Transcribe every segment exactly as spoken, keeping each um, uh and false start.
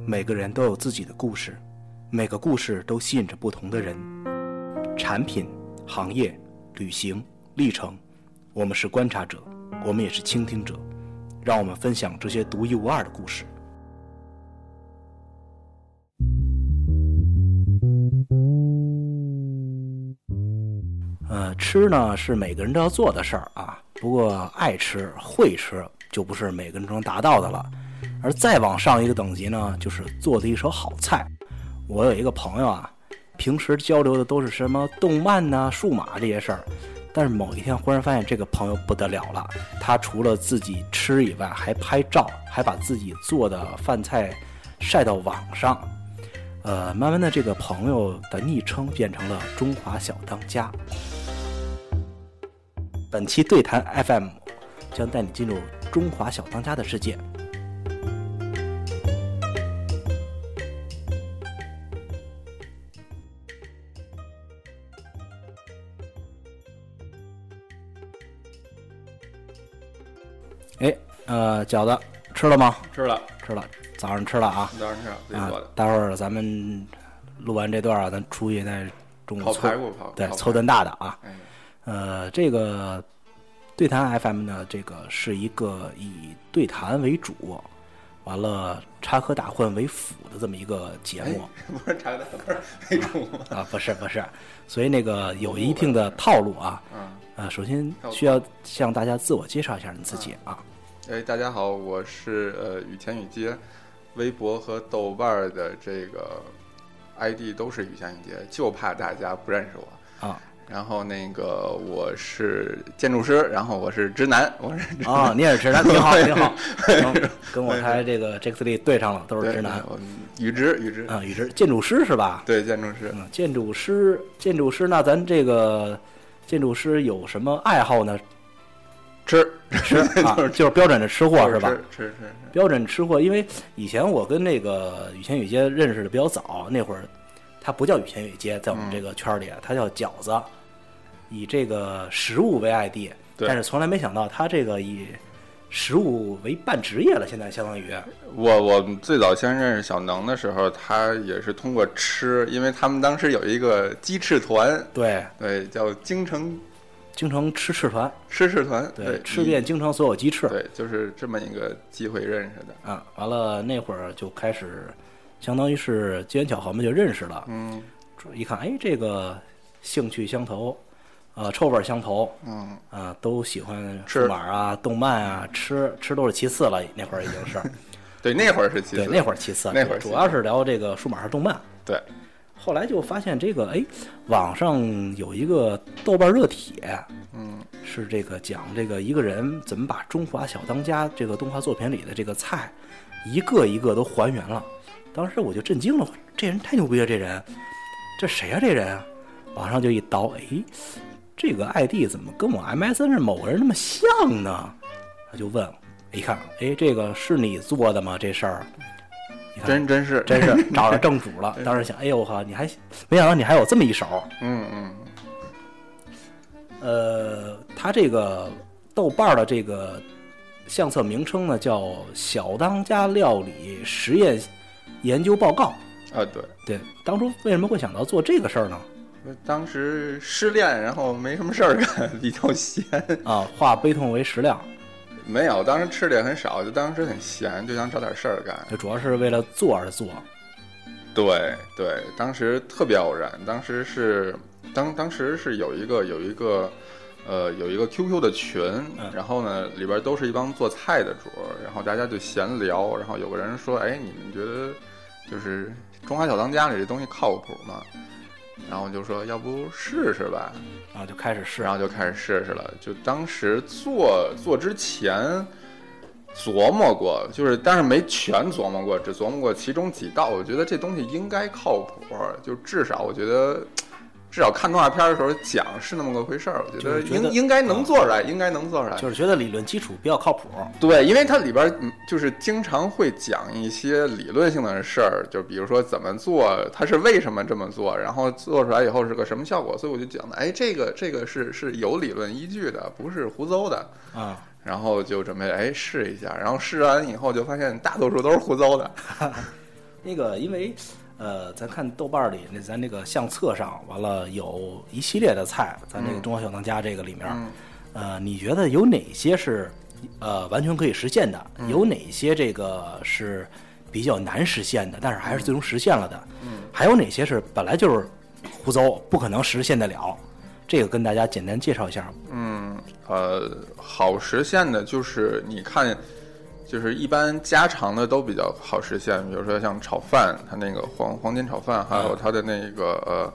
每个人都有自己的故事，每个故事都吸引着不同的人。产品、行业、旅行、历程，我们是观察者，我们也是倾听者。让我们分享这些独一无二的故事。呃，吃呢是每个人都要做的事儿啊，不过爱吃、会吃就不是每个人都能达到的了。而再往上一个等级呢，就是做的一手好菜。我有一个朋友啊，平时交流的都是什么动漫呐、数码这些事儿，但是某一天忽然发现这个朋友不得了了，他除了自己吃以外，还拍照，还把自己做的饭菜晒到网上。呃，慢慢的这个朋友的昵称变成了中华小当家。本期对谈 F M 将带你进入中华小当家的世界。哎，呃，饺子吃了吗？ 吃了， 吃了，早上吃了啊。 早上吃了，自己做的。 啊，待会儿咱们录完这段啊，咱出去再中午烤排骨，烤对，凑顿大的啊。 哎， 呃，这个对谈 F M 呢，这个是一个以对谈为主，完了插科打诨为辅的这么一个节目。 哎、不是插科打诨为主吗？ 啊，不是不是，所以那个有一定的套路啊。 嗯。 呃，首先需要向大家自我介绍一下你自己啊。 哎，大家好，我是呃雨前雨街，微博和豆瓣的这个 I D 都是雨前雨街，就怕大家不认识我啊。 然后那个我是建筑师，然后我是直男，我是直男啊，你也是直男，挺好挺好，跟我台这个 J X 里对上了，都是直男。 雨直雨直啊，雨直建筑师是吧？ 对，建筑师。 嗯，建筑师建筑师，那咱这个建筑师有什么爱好呢？ 吃吃啊，就是标准的吃货是吧？ 吃吃吃， 标准吃货。因为以前我跟那个雨前雨街认识的比较早，那会儿他不叫雨前雨街，在我们这个圈里，他叫饺子，以这个食物为 I D， 但是从来没想到他这个以食物为半职业了。现在相当于我我最早先认识小能的时候，他也是通过吃，因为他们当时有一个鸡翅团， 对对，叫京城。 京城吃翅团， 吃翅团， 对， 对， 吃遍京城所有鸡翅， 对，就是这么一个机会认识的啊。完了那会儿就开始，相当于是机缘巧合嘛，就认识了。 嗯， 一看，哎，这个兴趣相投，呃，臭味相投， 嗯， 啊，都喜欢数码啊、动漫啊，吃吃都是其次了，那会儿已经是。 对，那会儿是其次， 对，那会儿其次， 那会儿主要是聊这个数码和动漫。 对。 后来就发现这个，哎，网上有一个豆瓣热帖， 嗯， 是这个讲这个一个人怎么把《中华小当家》这个动画作品里的这个菜，一个一个都还原了。当时我就震惊了，这人太牛逼了，这人，这谁啊？这人啊？网上就一刀，哎，这个 I D 怎么跟我 M S N 上某个人那么像呢？他就问，一看，哎，这个是你做的吗？这事儿？ 真真是真是找着正主了。当时想，哎呦我靠，你还没想到你还有这么一手。 嗯嗯。 呃，他这个豆瓣的这个相册名称呢叫《小当家料理实验研究报告》 啊，对对。当初为什么会想到做这个事儿呢？ 当时失恋，然后没什么事儿干，比较闲啊，化悲痛为食量。 没有，当时吃的也很少，就当时很闲，就想找点事儿干。 就主要是为了做而做。 对对，当时特别偶然，当时是当当时是有一个有一个呃有一个 Q Q 的群， 嗯、 然后呢里边都是一帮做菜的主，然后大家就闲聊，然后有个人说，哎，你们觉得就是中华小当家里这东西靠谱吗？然后就说要不试试吧， 然后就开始试， 然后就开始试试了。就当时做做之前琢磨过，就是但是没全琢磨过，只琢磨过其中几道。我觉得这东西应该靠谱，就至少我觉得至少看动画片的时候讲是那么个回事儿。我觉得应、就是、应该能做出来、啊，应该能做出来。 就是觉得理论基础比较靠谱。 对，因为它里边就是经常会讲一些理论性的事儿，就比如说怎么做，它是为什么这么做，然后做出来以后是个什么效果。所以我就讲的，哎，这个这个是是有理论依据的，不是胡诌的啊。 然后就准备哎试一下，然后试完以后就发现大多数都是胡诌的。 那个因为呃，咱看豆瓣里那咱那个相册上，完了有一系列的菜，咱那个中华小当家这个里面， 嗯、 呃，你觉得有哪些是呃完全可以实现的？嗯、有哪些这个是比较难实现的，但是还是最终实现了的？嗯，还有哪些是本来就是胡诌，不可能实现得了？这个跟大家简单介绍一下。 嗯，呃，好实现的就是你看。就是一般家常的都比较好实现，比如说像炒饭，它那个黄黄金炒饭，还有它的那个呃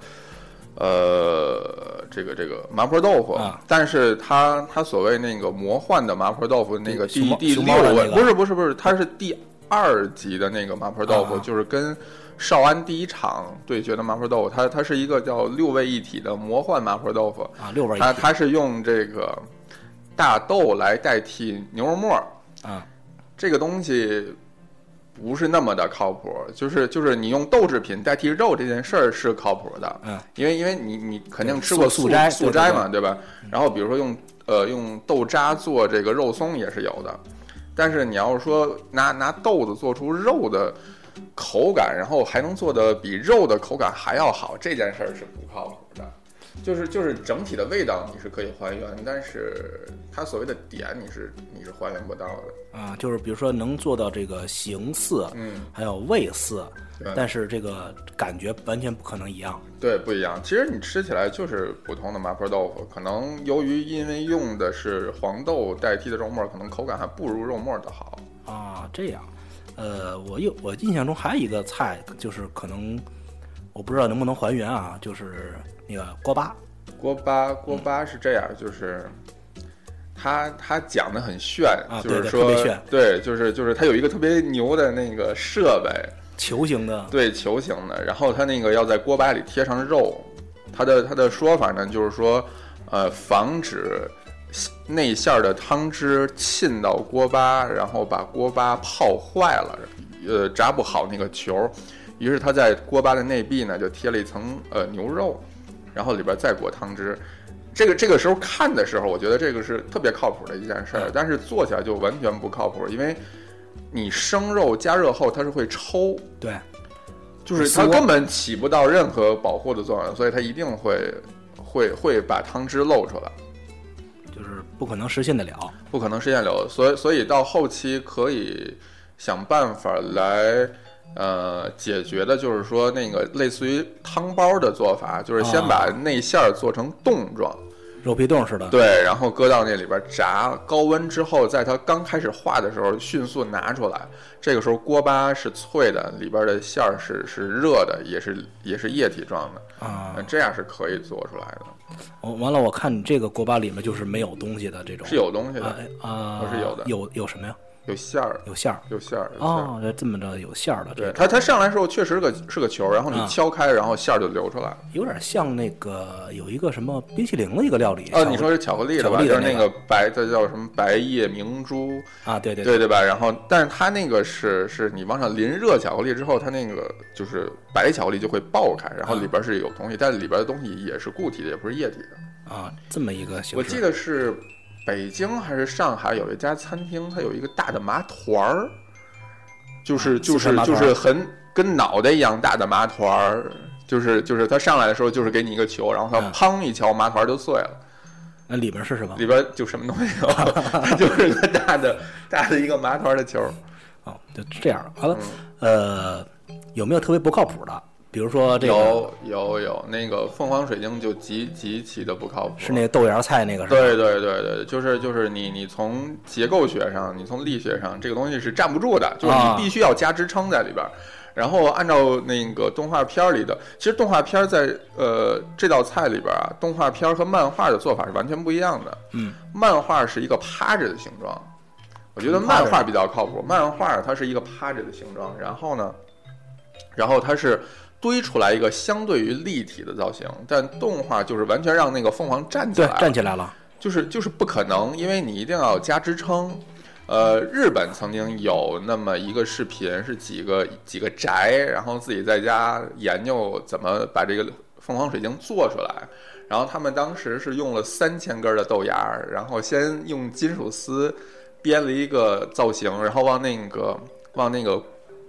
呃这个这个麻婆豆腐， 啊、 但是它它所谓那个魔幻的麻婆豆腐，那个第第六位、 那个、不是不是不是，它是第二级的那个麻婆豆腐， 啊、 就是跟少安第一场对决的麻婆豆腐，它它是一个叫六味一体的魔幻麻婆豆腐啊，六味一体， 它它是用这个大豆来代替牛肉末啊。 这个东西不是那么的靠谱，就是就是你用豆制品代替肉这件事儿是靠谱的， 嗯， 因为因为你你肯定吃过素斋素斋嘛， 对吧？然后比如说用呃用豆渣做这个肉松也是有的，但是你要是说拿拿豆子做出肉的口感，然后还能做的比肉的口感还要好，这件事儿是不靠谱的。就是就是整体的味道你是可以还原，但是它所谓的点你是你是还原不到的啊。就是比如说能做到这个形似， 嗯， 还有味似，但是这个感觉完全不可能一样。 对，不一样。其实你吃起来就是普通的麻婆豆腐，可能由于因为用的是黄豆代替的肉末，可能口感还不如肉末的好啊。这样，呃，我有我印象中还有一个菜，就是可能我不知道能不能还原啊，就是那个锅巴。 锅巴锅巴是这样，嗯、就是他他讲的很炫， 啊、 就是说对对特别炫， 对，就是就是他有一个特别牛的那个设备， 球形的， 对，球形的，然后他那个要在锅巴里贴上肉，他的他的说法呢，就是说，呃，防止内馅的汤汁浸到锅巴，然后把锅巴泡坏了，呃，炸不好那个球。于是他在锅巴的内壁呢，就贴了一层呃牛肉，然后里边再裹汤汁。这个这个时候看的时候，我觉得这个是特别靠谱的一件事儿，但是做起来就完全不靠谱，因为你生肉加热后它是会抽， 对， 就是它根本起不到任何保护的作用，所以它一定会会会把汤汁漏出来， 就是不可能实现得了， 不可能实现了。所以所以到后期可以想办法来。呃，解决的就是说那个类似于汤包的做法，就是先把内馅做成冻状， 肉皮冻似的， 对，然后搁到那里边炸，高温之后，在它刚开始化的时候迅速拿出来，这个时候锅巴是脆的，里边的馅儿是是热的，也是也是液体状的啊， 这样是可以做出来的。 哦，完了，我看你这个锅巴里面就是没有东西的这种， 是有东西的啊， 是有的， 有有什么呀？ 有馅儿， 有馅儿， 有馅儿哦，这么着有馅儿的。 对，它它上来的时候确实是个是个球，然后你敲开，啊、然后馅儿就流出来了， 有点像那个有一个什么冰淇淋的一个料理。 哦，你说是巧克力的吧？ 的就是那个白，这叫什么白叶明珠啊？对对对对吧？然后，但是它那个是是你往上淋热巧克力之后，它那个就是白巧克力就会爆开，然后里边是有东西，啊、但是里边的东西也是固体的，也不是液体的啊。这么一个形式， 我记得是。北京还是上海有一家餐厅，它有一个大的麻团儿，就是就是就是很跟脑袋一样大的麻团儿，就是就是它上来的时候就是给你一个球，然后它砰一敲，麻团就碎了。 那里边是什么？ 里边就什么都没有，它就是个大的大的一个麻团的球。 哦，就这样。完了，嗯、呃，有没有特别不靠谱的？比如说这个有有有那个凤凰水晶就极极其的不靠谱， 是那个豆芽菜那个是吧？ 对对对对，就是就是你你从结构学上，你从力学上，这个东西是站不住的，就是你必须要加支撑在里边。啊、然后按照那个动画片里的，其实动画片在呃这道菜里边啊，动画片和漫画的做法是完全不一样的。 嗯， 漫画是一个趴着的形状，我觉得漫画比较靠谱。漫画它是一个趴着的形状，然后呢，然后它是。堆出来一个相对于立体的造型，但动画就是完全让那个凤凰站起来了， 对，站起来了， 就是就是不可能，因为你一定要加支撑。呃，日本曾经有那么一个视频，是几个几个宅，然后自己在家研究怎么把这个凤凰水晶做出来。然后他们当时是用了三千根的豆芽，然后先用金属丝编了一个造型，然后往那个往那个。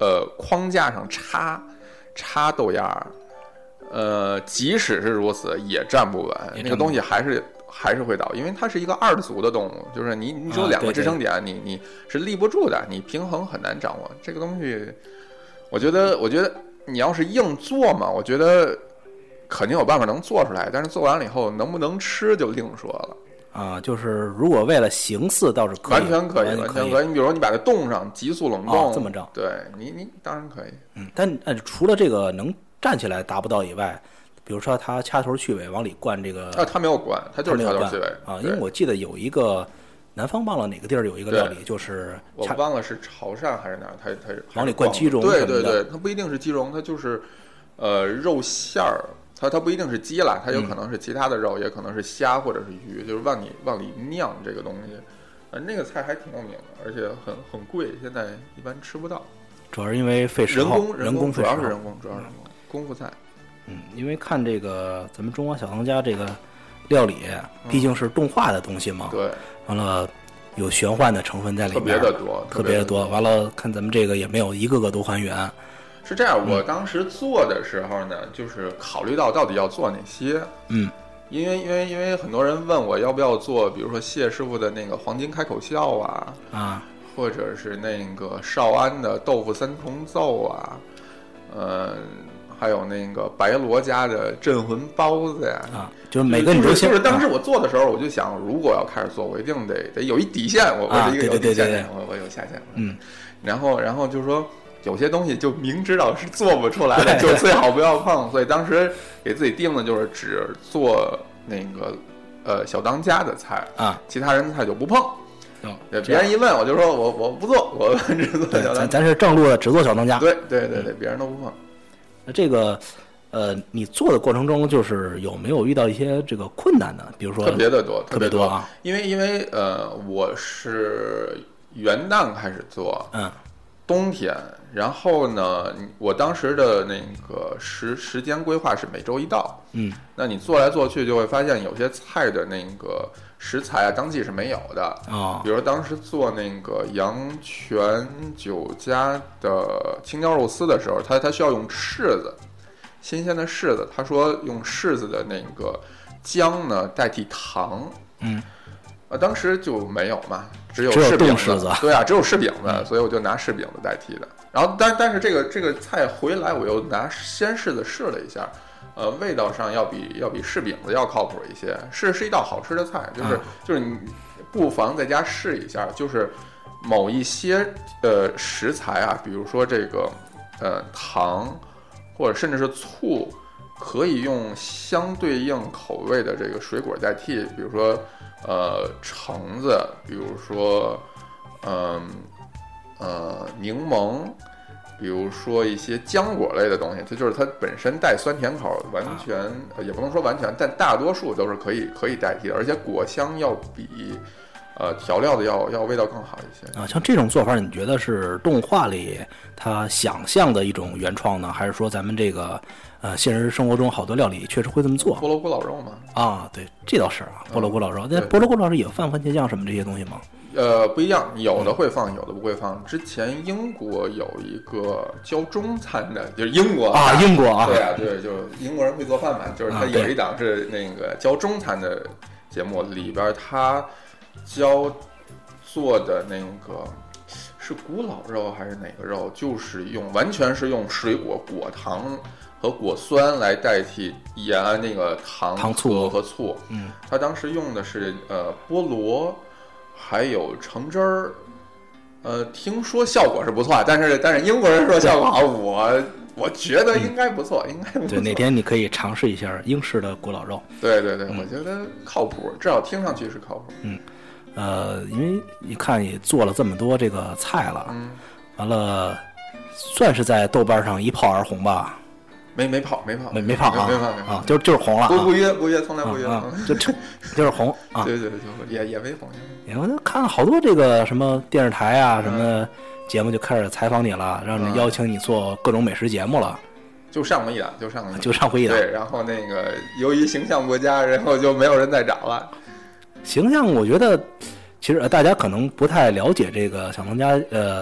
呃框架上插插豆芽儿，呃，即使是如此也站不稳，那个东西还是还是会倒，因为它是一个二足的动物，就是你你只有两个支撑点，啊、对对你你是立不住的，你平衡很难掌握。这个东西，我觉得我觉得你要是硬做嘛，我觉得肯定有办法能做出来，但是做完了以后能不能吃就另说了。 啊，就是如果为了形似倒是可以， 完全可以，完全可以。你比如说你把它冻上，急速冷冻， 哦、这么着， 对你你当然可以。 嗯，但呃除了这个能站起来达不到以外，比如说他掐头去尾往里灌这个， 啊，他没有灌，他就是掐头去尾啊。因为我记得有一个南方忘了哪个地儿有一个料理，就是我忘了是潮汕还是哪儿，他他往里灌鸡茸， 对对对，它不一定是鸡茸，它就是呃肉馅儿。它它不一定是鸡啦，它有可能是其他的肉，嗯、也可能是虾或者是鱼，就是往里往里酿这个东西。呃，那个菜还挺有名的，而且很很贵，现在一般吃不到。 主要是因为费时候，人工人工主要是人工，主要是人工功夫菜。 嗯，因为看这个咱们中华小当家这个料理，毕竟是动画的东西嘛。 嗯、对。 完了，有玄幻的成分在里面， 特别的多， 特别的多。完了，看咱们这个也没有一个个都还原。 是这样，我当时做的时候呢，嗯、就是考虑到到底要做哪些， 嗯， 因为因为因为很多人问我要不要做，比如说谢师傅的那个黄金开口笑啊， 啊， 或者是那个少安的豆腐三重奏啊，呃，还有那个白罗家的镇魂包子呀， 啊，就是每个你都就是就是当时我做的时候，我就想，如果要开始做，我一定得得有一底线，我我是一个有底线的，我我有下限， 嗯， 然后然后就是说。有些东西就明知道是做不出来的，就最好不要碰。所以当时给自己定的就是只做那个呃小当家的菜啊， 其他人的菜就不碰。 哦， 别人一问我就说我我不做，我只做小当家。 咱咱是正路的，只做小当家。 对对对对，别人都不碰。 那这个呃，你做的过程中，就是有没有遇到一些这个困难呢？比如说特别的多， 特别多啊。 因为因为呃，我是元旦开始做， 嗯， 冬天。然后呢，我当时的那个时时间规划是每周一道， 嗯， 那你做来做去就会发现有些菜的那个食材啊，当季是没有的啊、哦。 比如当时做那个阳泉酒家的青椒肉丝的时候，它它需要用柿子，新鲜的柿子，他说用柿子的那个姜呢代替糖， 嗯。 呃，当时就没有嘛，只有柿饼子， 对啊，只有柿饼子， 嗯、 所以我就拿柿饼子代替的。然后，但但是这个这个菜回来，我又拿鲜柿子试了一下，呃，味道上要比要比柿饼子要靠谱一些，是是一道好吃的菜，就是、嗯、就是你不妨在家试一下，就是某一些呃食材啊，比如说这个呃糖，或者甚至是醋，可以用相对应口味的这个水果代替，比如说。呃，橙子，比如说，嗯 呃, 呃，柠檬，比如说一些浆果类的东西，这就是它本身带酸甜口，完全、呃、也不能说完全，但大多数都是可以可以代替的，而且果香要比呃调料的要要味道更好一些啊。像这种做法，你觉得是动画里它想象的一种原创呢，还是说咱们这个？呃，现实生活中好多料理确实会这么做。 菠萝咕老肉嘛， 啊，对，这倒是啊，菠萝咕老肉。那、嗯、菠萝咕老肉也放番茄酱什么这些东西吗？ 呃，不一样，有的会放，有的不会放。之前英国有一个教中餐的，就是英国啊，英国啊， 对啊，对，就是英国人会做饭嘛，就是他有一档是那个教中餐的节目，里边他教做的那个是古老肉还是哪个肉，就是用完全是用水果果糖。和果酸来代替盐那个糖糖醋和醋， 嗯， 他当时用的是呃菠萝，还有橙汁儿，呃，听说效果是不错，但是但是英国人说效果好，我我觉得应该不错，嗯、应该不错。 对，哪天你可以尝试一下英式的古老肉。 对对对， 嗯、 我觉得靠谱，至少听上去是靠谱。 嗯，呃，因为你看你做了这么多这个菜了， 嗯， 完了算是在豆瓣上一炮而红吧。 没没跑没跑没没跑啊没跑没跑啊，就是就是红了， 不不约不约，从来不约， 啊啊、就就是红啊， 对对对，也也没红。 然后看了好多这个什么电视台啊，什么节目就开始采访你了，让你邀请你做各种美食节目了。 就上过一档，就上过一档， 就上过一档。 对，然后那个由于形象不佳，然后就没有人再找了。 形象，我觉得其实大家可能不太了解这个小当家，呃。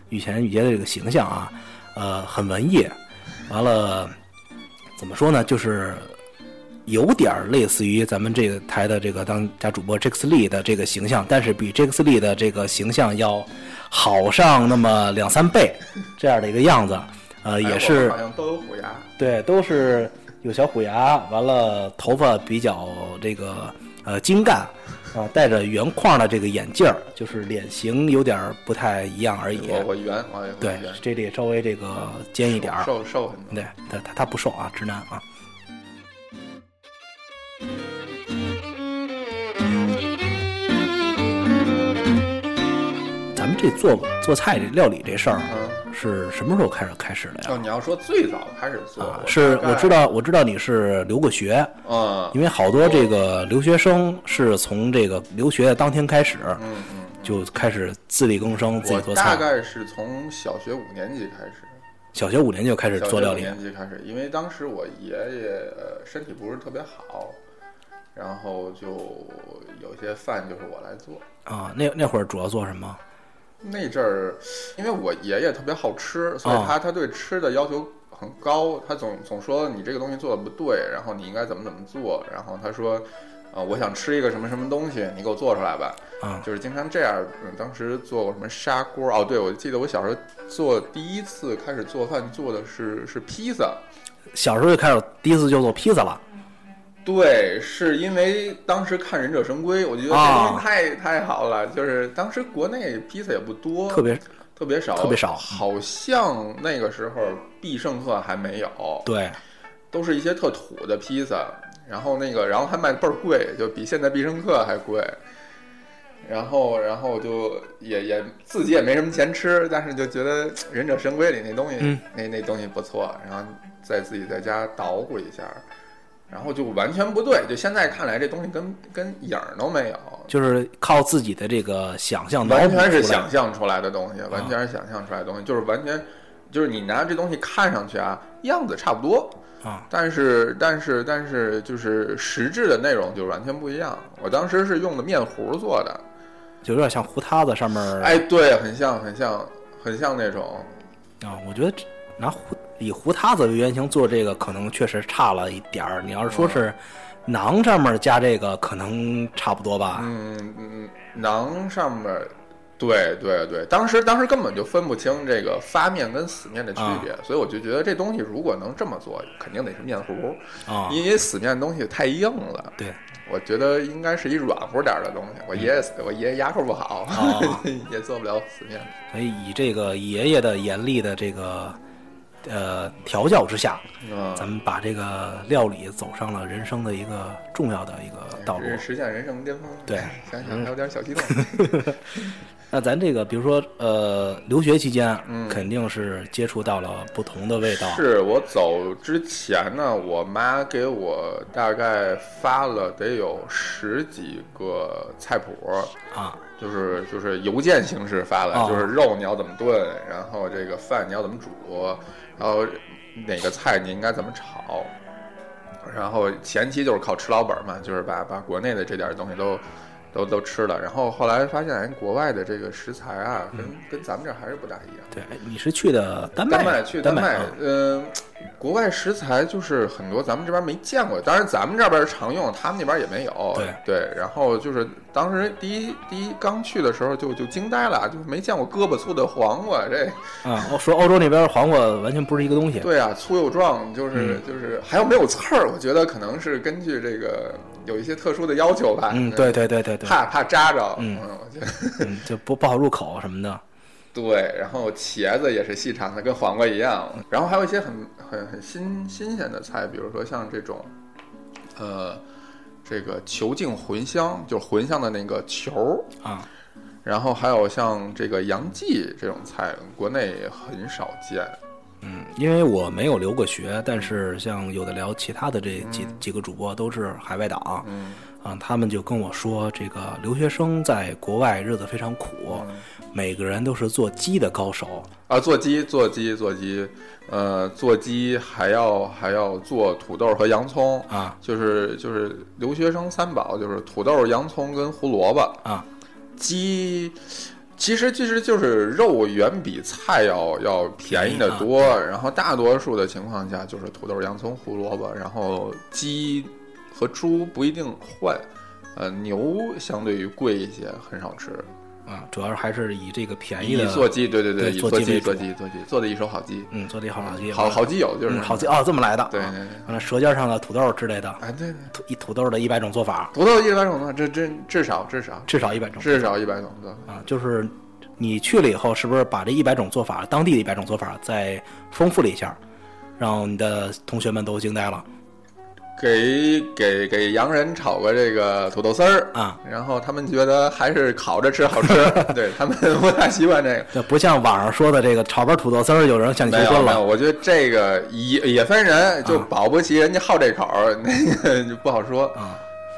御前御姐的这个形象啊，呃，很文艺，完了怎么说呢，就是有点类似于咱们这个台的这个当家主播 Jax Lee 的这个形象，但是比 Jax Lee 的这个形象要好上那么两三倍这样的一个样子。呃，也是好像都有虎牙， 对，都是有小虎牙，完了头发比较这个呃精干啊，戴着圆框的这个眼镜儿，就是脸型有点不太一样而已。 我我圆，我也对，这里稍微这个尖一点儿， 瘦瘦很多。 对，他他他不瘦啊，直男啊。咱们这做做菜这料理这事儿。嗯是什么时候开始开始的呀？ 哦，你要说最早开始做， 啊、是我知道，我知道你是留过学， 嗯， 因为好多这个留学生是从这个留学的当天开始， 嗯嗯， 就开始自力更生，自己做菜。 大概是从小学五年级开始， 小学五年级就开始做料理。 小学五年级开始，因为当时我爷爷身体不是特别好，然后就有些饭就是我来做。 啊，那那会儿主要做什么？ 那阵儿，因为我爷爷特别好吃，所以他、哦、他对吃的要求很高，他总总说你这个东西做的不对，然后你应该怎么怎么做，然后他说，呃，我想吃一个什么什么东西，你给我做出来吧， 嗯， 就是经常这样。嗯、当时做过什么砂锅，哦，对，我记得我小时候做第一次开始做饭做的是是披萨， 小时候就开始第一次就做披萨了。 对，是因为当时看《忍者神龟》，我觉得这东西太、啊、太好了。就是当时国内披萨也不多， 特别特别少， 特别少。 好像那个时候必胜客还没有， 对， 都是一些特土的披萨。然后那个，然后还卖倍儿贵，就比现在必胜客还贵。然后，然后就也也自己也没什么钱吃，但是就觉得《忍者神龟》里那东西， 嗯、 那那东西不错，然后再自己在家捣鼓一下。然后就完全不对，就现在看来这东西跟跟影儿都没有， 就是靠自己的这个想象， 完全是想象出来的东西，完全是想象出来的东西，就是完全就是你拿这东西看上去啊，样子差不多啊， 但是但是但是就是实质的内容就完全不一样。我当时是用的面糊做的， 就有点像糊塌子上面， 哎，对，很像很像很像那种啊，我觉得拿糊。以糊塌子为原型做这个可能确实差了一点儿，你要是说是馕上面加这个可能差不多吧。 嗯嗯，馕上面，对对对，当时当时根本就分不清这个发面跟死面的区别，啊、所以我就觉得这东西如果能这么做，肯定得是面糊啊，因为死面的东西太硬了。 对， 我觉得应该是一软乎点的东西。我爷爷、嗯、我爷爷牙口不好，啊、也做不了死面。 所以以这个爷爷的严厉的这个。呃，调教之下， 嗯， 咱们把这个料理走上了人生的一个重要的一个道路， 实现人生巅峰。 对， 想想还有点小激动。 那咱这个，比如说，呃，留学期间， 嗯， 肯定是接触到了不同的味道。 是我走之前呢，我妈给我大概发了得有十几个菜谱啊。 就是就是邮件形式发来， 哦、 就是肉你要怎么炖，然后这个饭你要怎么煮，然后哪个菜你应该怎么炒，然后前期就是靠吃老本嘛，就是把把国内的这点东西都都都吃了，然后后来发现，哎，国外的这个食材啊，跟、嗯、跟咱们这还是不大一样。 对，你是去的丹麦？ 丹麦去丹麦， 嗯、 呃，国外食材就是很多咱们这边没见过，当然咱们这边常用，他们那边也没有。 对对，然后就是当时第一第一刚去的时候就就惊呆了，就没见过胳膊粗的黄瓜这。 啊，我说欧洲那边黄瓜完全不是一个东西。 对啊，粗又壮，就是、 嗯、 就是还有没有刺儿？我觉得可能是根据这个有一些特殊的要求吧。 嗯，对对对对对， 怕怕扎着。 嗯， 嗯我觉得嗯就不不好入口什么的。 对，然后茄子也是细长的，跟黄瓜一样。然后还有一些很很很新新鲜的菜，比如说像这种，呃，这个球茎茴香，就是茴香的那个球啊。 然后还有像这个洋蓟这种菜，国内很少见。 嗯，因为我没有留过学，但是像有的聊其他的这几、 嗯、 几个主播都是海外党， 嗯啊，他们就跟我说，这个留学生在国外日子非常苦。 嗯每个人都是做鸡的高手啊，做鸡做鸡做鸡，呃，做鸡还要还要做土豆和洋葱啊， 就是就是留学生三宝，就是土豆、洋葱跟胡萝卜啊。 鸡其实其实就是肉远比菜要要便宜的多，啊、然后大多数的情况下就是土豆、洋葱、胡萝卜，然后鸡和猪不一定换，呃，牛相对于贵一些，很少吃。 啊，主要还是以这个便宜的以做鸡，对对对， 以做鸡做鸡做鸡做的一手好鸡， 嗯，做的一手好鸡， 好好基友就是、 嗯、好鸡哦，这么来的， 对对对， 完了舌尖上的土豆之类的， 哎对对， 土一土豆的一百种做法， 土豆一百种呢，这这至少至少至少一百种， 至少一百种的啊，就是你去了以后，是不是把这一百种做法，当地的一百种做法再丰富了一下，让你的同学们都惊呆了。 给给给洋人炒个这个土豆丝儿啊， 然后他们觉得还是烤着吃好吃，对他们不太习惯这个， 不像网上说的这个炒盘土豆丝儿，有人向你求婚了。 没有，我觉得这个也也分人，就保不齐人家好这口，啊、那个就不好说啊。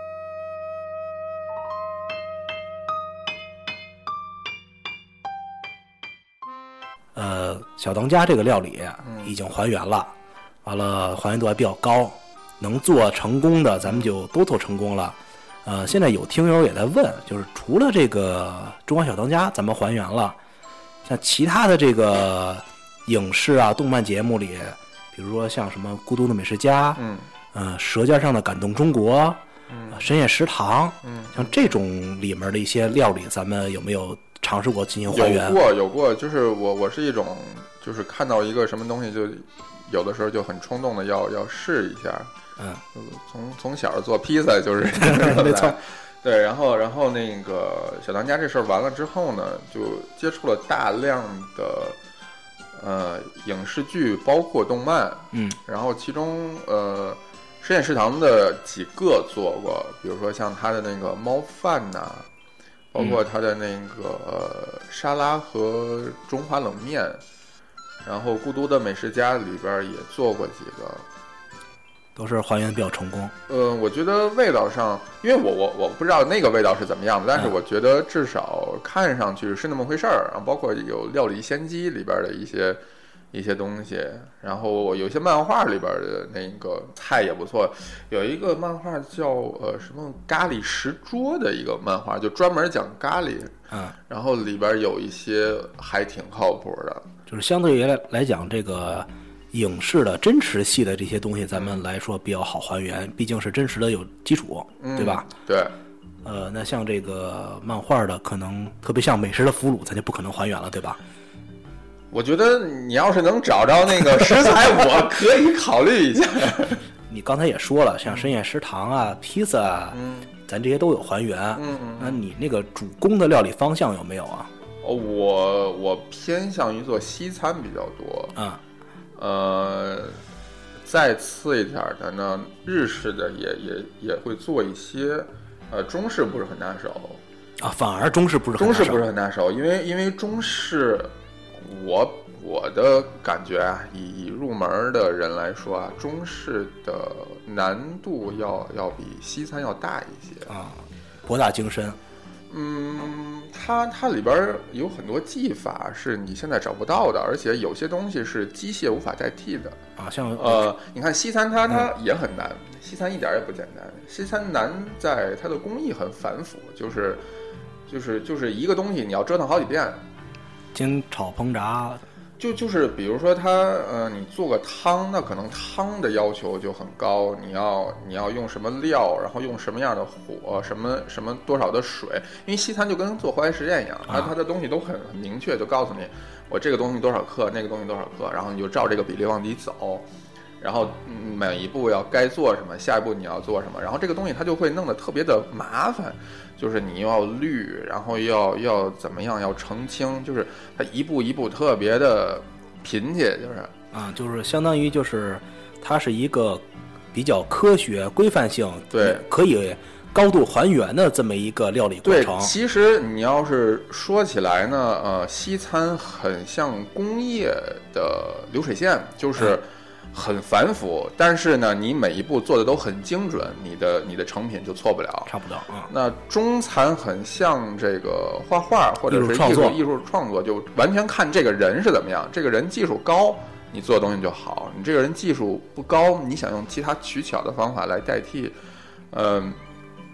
呃，小当家这个料理已经还原了，完了还原度还比较高。能做成功的，咱们就都做成功了。呃，现在有听友也在问，就是除了这个《中华小当家》咱们还原了，像其他的这个影视啊、动漫节目里，比如说像什么《孤独的美食家》， 嗯， 呃，《舌尖上的感动中国》，嗯，《深夜食堂》， 嗯， 像这种里面的一些料理，咱们有没有尝试过进行还原？ 有过，有过，就是我我是一种，就是看到一个什么东西就。有的时候就很冲动的要要试一下， 嗯， 从从小做披萨就是没错， 对，然后然后那个小当家这事儿完了之后呢，就接触了大量的呃影视剧，包括动漫， 嗯， 然后其中呃实验食堂的几个做过，比如说像他的那个猫饭呐、啊，包括他的那个、呃、沙拉和中华冷面。然后《孤独的美食家》里边也做过几个， 都是还原比较成功。 呃，我觉得味道上，因为我我我不知道那个味道是怎么样的，但是我觉得至少看上去是那么回事儿。然后包括有《料理仙姬》里边的一些一些东西，然后有些漫画里边的那个菜也不错。有一个漫画叫呃什么咖喱石桌的一个漫画，就专门讲咖喱， 嗯， 然后里边有一些还挺靠谱的。 就是相对于来来讲，这个影视的真实系的这些东西，咱们来说比较好还原，毕竟是真实的有基础， 嗯、 对吧？ 对。 呃，那像这个漫画的，可能特别像美食的俘虏，咱就不可能还原了，对吧？ 我觉得你要是能找着那个食材，我可以考虑一下。 你刚才也说了，像深夜食堂啊、披萨啊， 嗯， 咱这些都有还原。 嗯嗯。 那你那个主攻的料理方向有没有啊？ 哦，我我偏向于做西餐比较多， 啊、 嗯，呃，再次一点的呢，日式的也也也会做一些，呃，中式不是很拿手啊，反而中式不是很中式不是很拿手，因为因为中式，我我的感觉啊，以以入门的人来说啊，中式的难度要要比西餐要大一些啊，博大精深。 嗯，它它里边有很多技法是你现在找不到的，而且有些东西是机械无法代替的啊。像呃，你看西餐它它也很难，嗯、西餐一点也不简单。西餐难在它的工艺很繁复，就是就是就是一个东西你要折腾好几遍， 煎炒烹炸。 就就是比如说它呃，你做个汤，那可能汤的要求就很高，你要你要用什么料，然后用什么样的火，什么什么多少的水，因为西餐就跟做化学实验一样，它它的东西都很很明确，就告诉你我这个东西多少克，那个东西多少克，然后你就照这个比例往里走，然后每一步要该做什么，下一步你要做什么，然后这个东西它就会弄得特别的麻烦。就是你要滤，然后要要怎么样，要澄清，就是它一步一步特别的贫气，就是啊，就是相当于就是它是一个比较科学、规范性， 对， 可以高度还原的这么一个料理过程。 对，其实你要是说起来呢，呃，西餐很像工业的流水线，就是很繁复，但是呢，你每一步做的都很精准，你的你的成品就错不了， 差不多啊。 那中餐很像这个画画或者是艺术艺术创作，就完全看这个人是怎么样。这个人技术高，你做的东西就好；你这个人技术不高，你想用其他取巧的方法来代替，嗯、呃，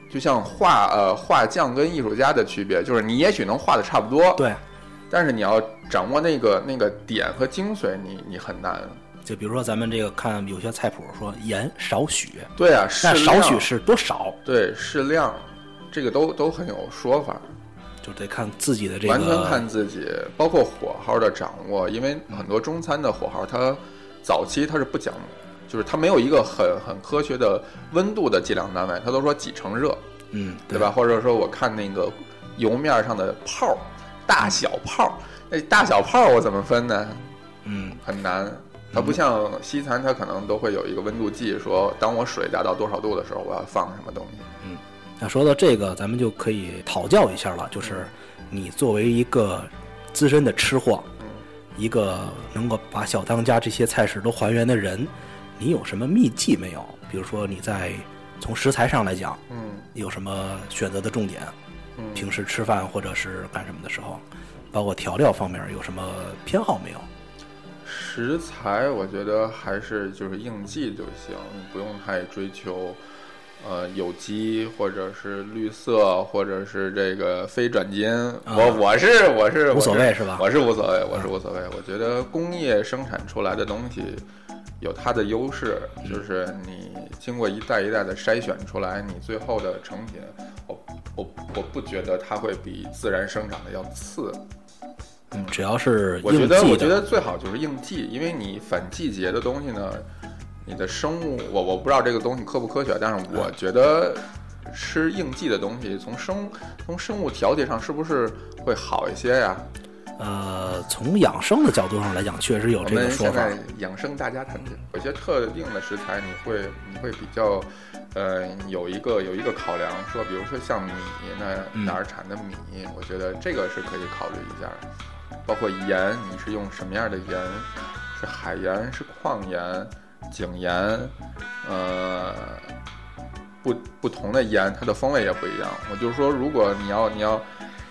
就像画呃画匠跟艺术家的区别，就是你也许能画的差不多， 对， 但是你要掌握那个那个点和精髓，你你很难。 就比如说咱们这个看有些菜谱说盐少许， 对啊， 那少许是多少？ 对，适量，这个都都很有说法。 就得看自己的这个， 完全看自己，包括火候的掌握，因为很多中餐的火候，它早期它是不讲，就是它没有一个很很科学的温度的计量单位，它都说几成热， 嗯， 对吧？或者说我看那个油面上的泡，大小泡，那大小泡我怎么分呢？ 嗯， 很难。它不像西餐，它可能都会有一个温度计，说当我水达到多少度的时候，我要放什么东西。 嗯。那说到这个，咱们就可以讨教一下了。就是你作为一个资深的吃货，一个能够把小当家这些菜式都还原的人，你有什么秘籍没有？比如说你在从食材上来讲，嗯，有什么选择的重点？嗯，平时吃饭或者是干什么的时候，包括调料方面有什么偏好没有？ 食材我觉得还是就是应季就行，你不用太追求。呃，有机或者是绿色，或者是这个非转基因，啊、我我是我是无所谓是吧？ 我是无所谓，我是无所谓。我觉得工业生产出来的东西有它的优势，嗯、就是你经过一代一代的筛选出来，你最后的成品，我我我不觉得它会比自然生长的要次。 嗯，只要是我觉得我觉得最好就是应季，因为你反季节的东西呢。你的生物，我我不知道这个东西科不科学，但是我觉得吃应季的东西，从生从生物调节上是不是会好一些呀？ 呃，从养生的角度上来讲，确实有这个说法。 我们现在养生大家谈谈，有些特定的食材，你会你会比较，呃，有一个有一个考量，说比如说像米，那哪儿产的米，嗯、我觉得这个是可以考虑一下。包括盐，你是用什么样的盐？是海盐？是矿盐？井盐，呃，不不同的盐，它的风味也不一样。我就是说，如果你要你要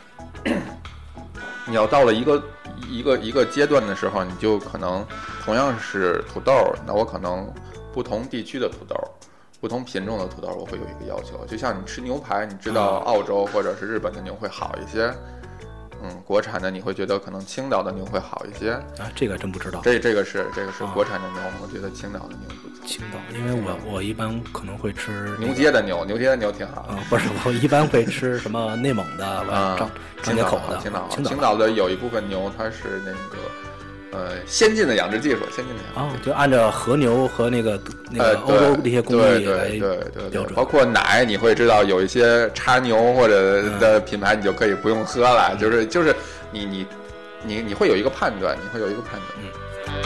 你要到了一个一个一个阶段的时候，你就可能同样是土豆，那我可能不同地区的土豆，不同品种的土豆，我会有一个要求。就像你吃牛排，你知道澳洲或者是日本的牛会好一些。嗯，国产的你会觉得可能青岛的牛会好一些啊，这个真不知道。 这这个是这个是国产的牛，啊、我觉得青岛的牛不错。 青岛，因为我我一般可能会吃牛街的牛，牛街的牛挺好啊。不是，我一般会吃什么内蒙的、啊、张张家口的。 青岛，青岛，青岛的有一部分牛，它是那个呃先进的养殖技术，先进的养殖技术， 啊、就按照和牛和那个那个欧洲这些工艺来标准。 包括奶，你会知道有一些插牛或者的品牌，你就可以不用喝了，嗯、就是就是你你你你会有一个判断，你会有一个判断。 嗯。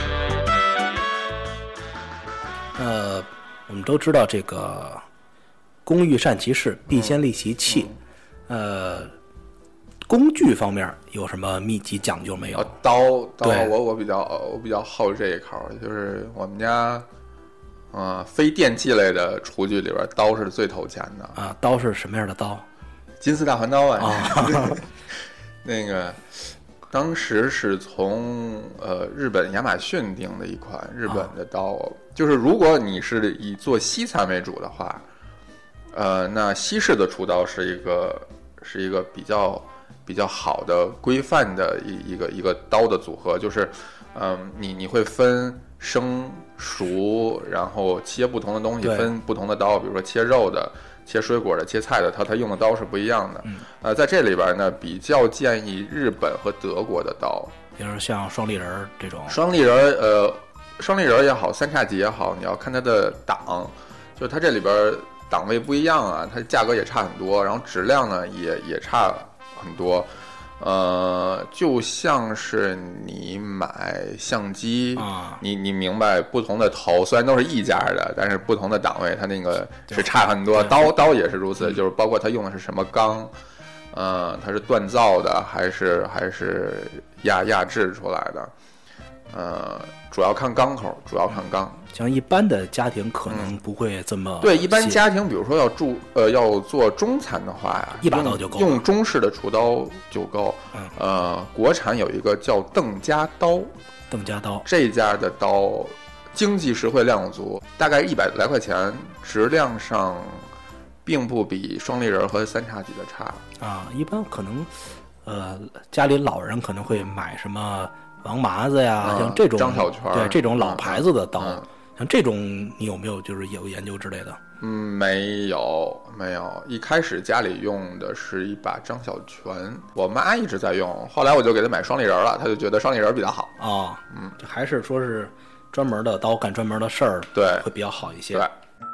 呃，我们都知道这个工欲善其事，必先利其器。嗯、呃。工具方面有什么秘籍讲究没有？ 刀刀，我我比较我比较好这一口，就是我们家啊、呃、非电器类的厨具里边，刀是最头钱的啊。刀是什么样的刀？ 金丝大环刀啊。 哦、 那个当时是从呃日本亚马逊订的一款日本的刀，哦、就是如果你是以做西餐为主的话，呃，那西式的厨刀是一个是一个比较。比较好的规范的一一个一个刀的组合，就是，嗯，你你会分生熟，然后切不同的东西，分不同的刀，比如说切肉的、切水果的、切菜的，它它用的刀是不一样的。嗯、呃，在这里边呢，比较建议日本和德国的刀， 比如像双立人这种。 双立人，呃，双立人也好，三叉戟也好，你要看它的档，就是它这里边档位不一样啊，它价格也差很多，然后质量呢也也差很多，呃，就像是你买相机，啊、你你明白不同的头虽然都是一家的，但是不同的档位它那个是差很多。刀刀也是如此，就是包括它用的是什么钢，呃，它是锻造的还是还是压压制出来的，呃，主要看钢口，主要看钢。 像一般的家庭可能不会这么、 嗯、对，一般家庭比如说要住呃要做中餐的话呀， 一把刀就够了， 用中式的厨刀就够。嗯、呃，国产有一个叫邓家刀， 邓家刀这家的刀经济实惠量足，大概一百来块钱，质量上并不比双立人和三叉戟的差啊。一般可能，呃，家里老人可能会买什么王麻子呀， 嗯、 像这种张小泉， 对这种老牌子的刀， 嗯嗯、 像这种你有没有就是有研究之类的？ 嗯，没有没有，一开始家里用的是一把张小泉，我妈一直在用，后来我就给她买双立人了，她就觉得双立人比较好啊、哦，嗯，还是说是专门的刀干专门的事儿， 对， 会比较好一些。 对。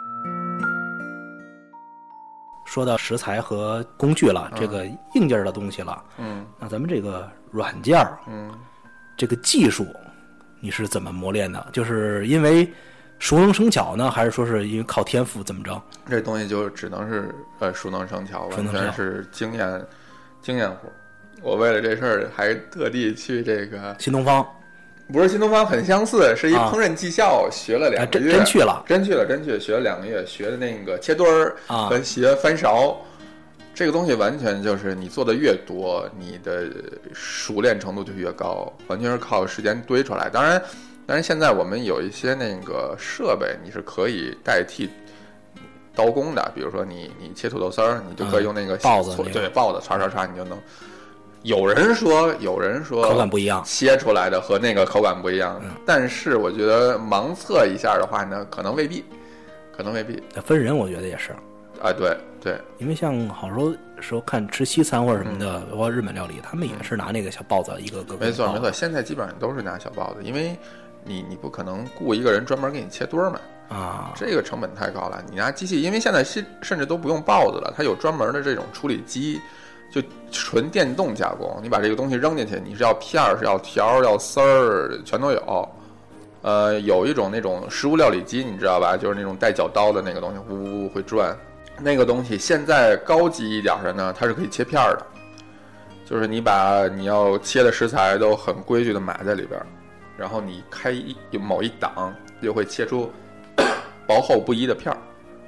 说到食材和工具了， 嗯、 这个硬件的东西了， 嗯， 那咱们这个软件， 嗯， 这个技术你是怎么磨练的？就是因为熟能生巧呢，还是说是因为靠天赋怎么着？ 这东西就只能是呃熟能生巧，完全是经验经验活。我为了这事儿还特地去这个新东方， 不是新东方，很相似，是一烹饪技校，啊、学了两个月， 真真去了， 真去了，真去学了两个月，学的那个切墩儿和学翻勺。啊、这个东西完全就是你做的越多，你的熟练程度就越高，完全是靠时间堆出来。当然。但是现在我们有一些那个设备，你是可以代替刀工的，比如说你你切土豆丝儿，你就可以用那个刨子， 对刨子唰唰唰，你就能。有人说，有人说口感不一样， 切出来的和那个口感不一样。嗯、但是我觉得盲测一下的话呢，可能未必，可能未必。 分人，我觉得也是。 啊，对对， 因为像好多时候看吃西餐或者什么的，包括日本料理，他们也是拿那个小刨子一个个。 没错没错，现在基本上都是拿小刨子，因为。你你不可能雇一个人专门给你切墩儿嘛？ 啊， 这个成本太高了。你拿机器，因为现在甚至都不用刨子了，它有专门的这种处理机，就纯电动加工。你把这个东西扔进去，你是要片儿，是要条，要丝儿，全都有。呃，有一种那种食物料理机，你知道吧？就是那种带角刀的那个东西，呜呜呜会转。那个东西现在高级一点的呢，它是可以切片儿的，就是你把你要切的食材都很规矩的码在里边。然后你开一某一档，就会切出薄厚不一的片儿。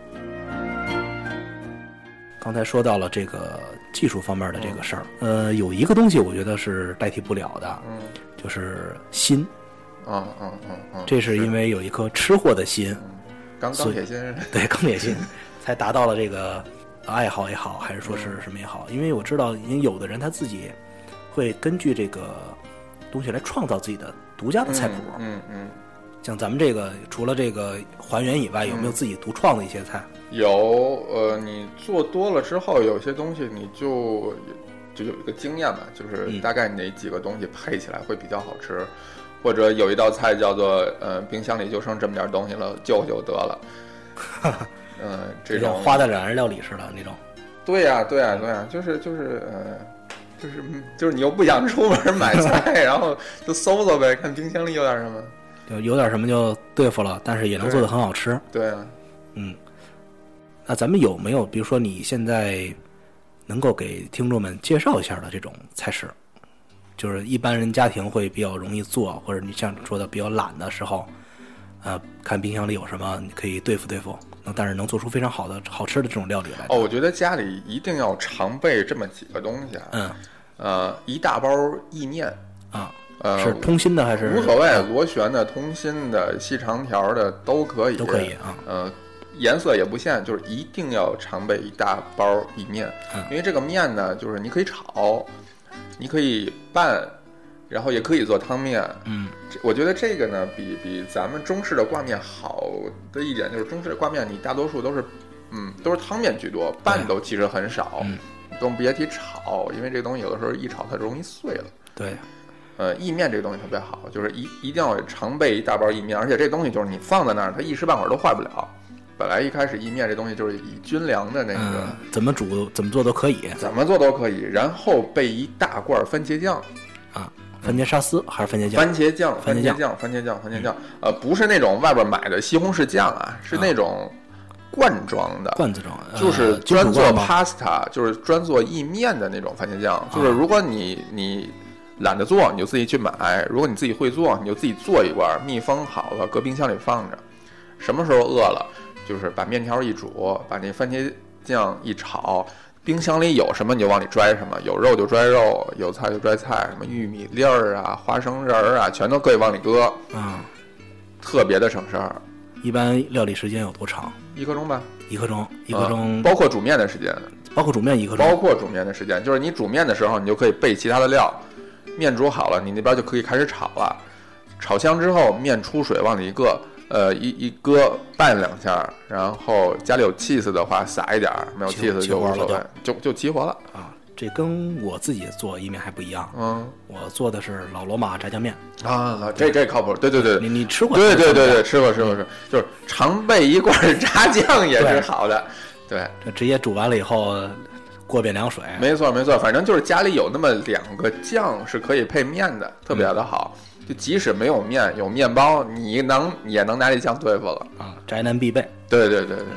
刚才说到了这个技术方面的这个事儿，嗯、呃，有一个东西我觉得是代替不了的， 嗯， 就是心。 嗯嗯嗯嗯， 这是因为有一颗吃货的心， 嗯、钢钢铁心， 对钢铁心，才达到了这个爱好也好，还是说是什么也好。因为我知道，因为有的人他自己会根据这个东西来创造自己的独家的菜谱， 嗯 嗯, 嗯， 像咱们这个除了这个还原以外，有没有自己独创的一些菜？ 嗯、有，呃，你做多了之后，有些东西你就就有一个经验吧，就是大概哪几个东西配起来会比较好吃，嗯、或者有一道菜叫做呃冰箱里就剩这么点东西了，就就得了，嗯、呃，这种花旦染料理似的那种。 对呀、啊，对呀、啊，对呀、啊，就是就是呃。就是就是你又不想出门买菜，然后就搜搜呗，看冰箱里有点什么， 就有点什么就对付了，但是也能做得很好吃。 对啊， 嗯，那咱们有没有，比如说你现在能够给听众们介绍一下的这种菜式？就是一般人家庭会比较容易做，或者你像说的比较懒的时候，呃，看冰箱里有什么，你可以对付对付。但是能做出非常好的好吃的这种料理来。 哦，我觉得家里一定要常备这么几个东西啊。 嗯， 呃，一大包意面啊， 呃， 是通心的还是无所谓，螺旋的、通心的、细长条的都可以， 都可以啊。 呃，颜色也不限，就是一定要常备一大包意面， 嗯、 因为这个面呢，就是你可以炒，你可以拌。然后也可以做汤面， 嗯， 我觉得这个呢，比比咱们中式的挂面好的一点就是中式的挂面，你大多数都是，嗯，都是汤面居多，拌都其实很少， 嗯， 更别提炒，因为这个东西有的时候一炒它容易碎了。 对， 呃，意面这个东西特别好，就是一一定要常备一大包意面，而且这东西就是你放在那儿，它一时半会儿都坏不了。本来一开始意面这东西就是以军粮的那个、 嗯，怎么煮怎么做都可以， 怎么做都可以，然后备一大罐番茄酱， 啊。番茄沙司还是番茄酱？ 番茄酱， 番茄酱，番茄酱，番茄酱。呃，不是那种外边买的西红柿酱啊，是那种罐装的， 罐子装， 就是专做 pasta， 就是专做意面的那种番茄酱。就是如果你你懒得做，你就自己去买；如果你自己会做，你就自己做一罐，密封好了，搁冰箱里放着。什么时候饿了，就是把面条一煮，把那番茄酱一炒。冰箱里有什么你就往里拽什么，有肉就拽肉，有菜就拽菜，什么玉米粒儿啊、花生仁儿啊，全都可以往里搁， 嗯， 特别的省事儿。 一般料理时间有多长？ 一刻钟吧， 一刻钟，一刻钟、 呃，包括煮面的时间， 包括煮面一刻钟， 包括煮面的时间，就是你煮面的时候，你就可以备其他的料，面煮好了，你那边就可以开始炒了，炒香之后，面出水往里一搁，呃，一一搁拌两下，然后家里有 cheese 的话撒一点，没有 cheese 就无所谓，就就齐活了啊。这跟我自己做意面还不一样， 嗯， 我做的是老罗马炸酱面啊，这这靠谱，对对对， 你你吃过？ 对对对对，吃过吃过吃，就是常备一罐炸酱也是好的，对， 这直接煮完了以后过遍凉水， 没错没错，反正就是家里有那么两个酱是可以配面的，特别的好，嗯、就即使没有面有面包，你能也能拿这酱对付了啊，宅男必备， 对对对对。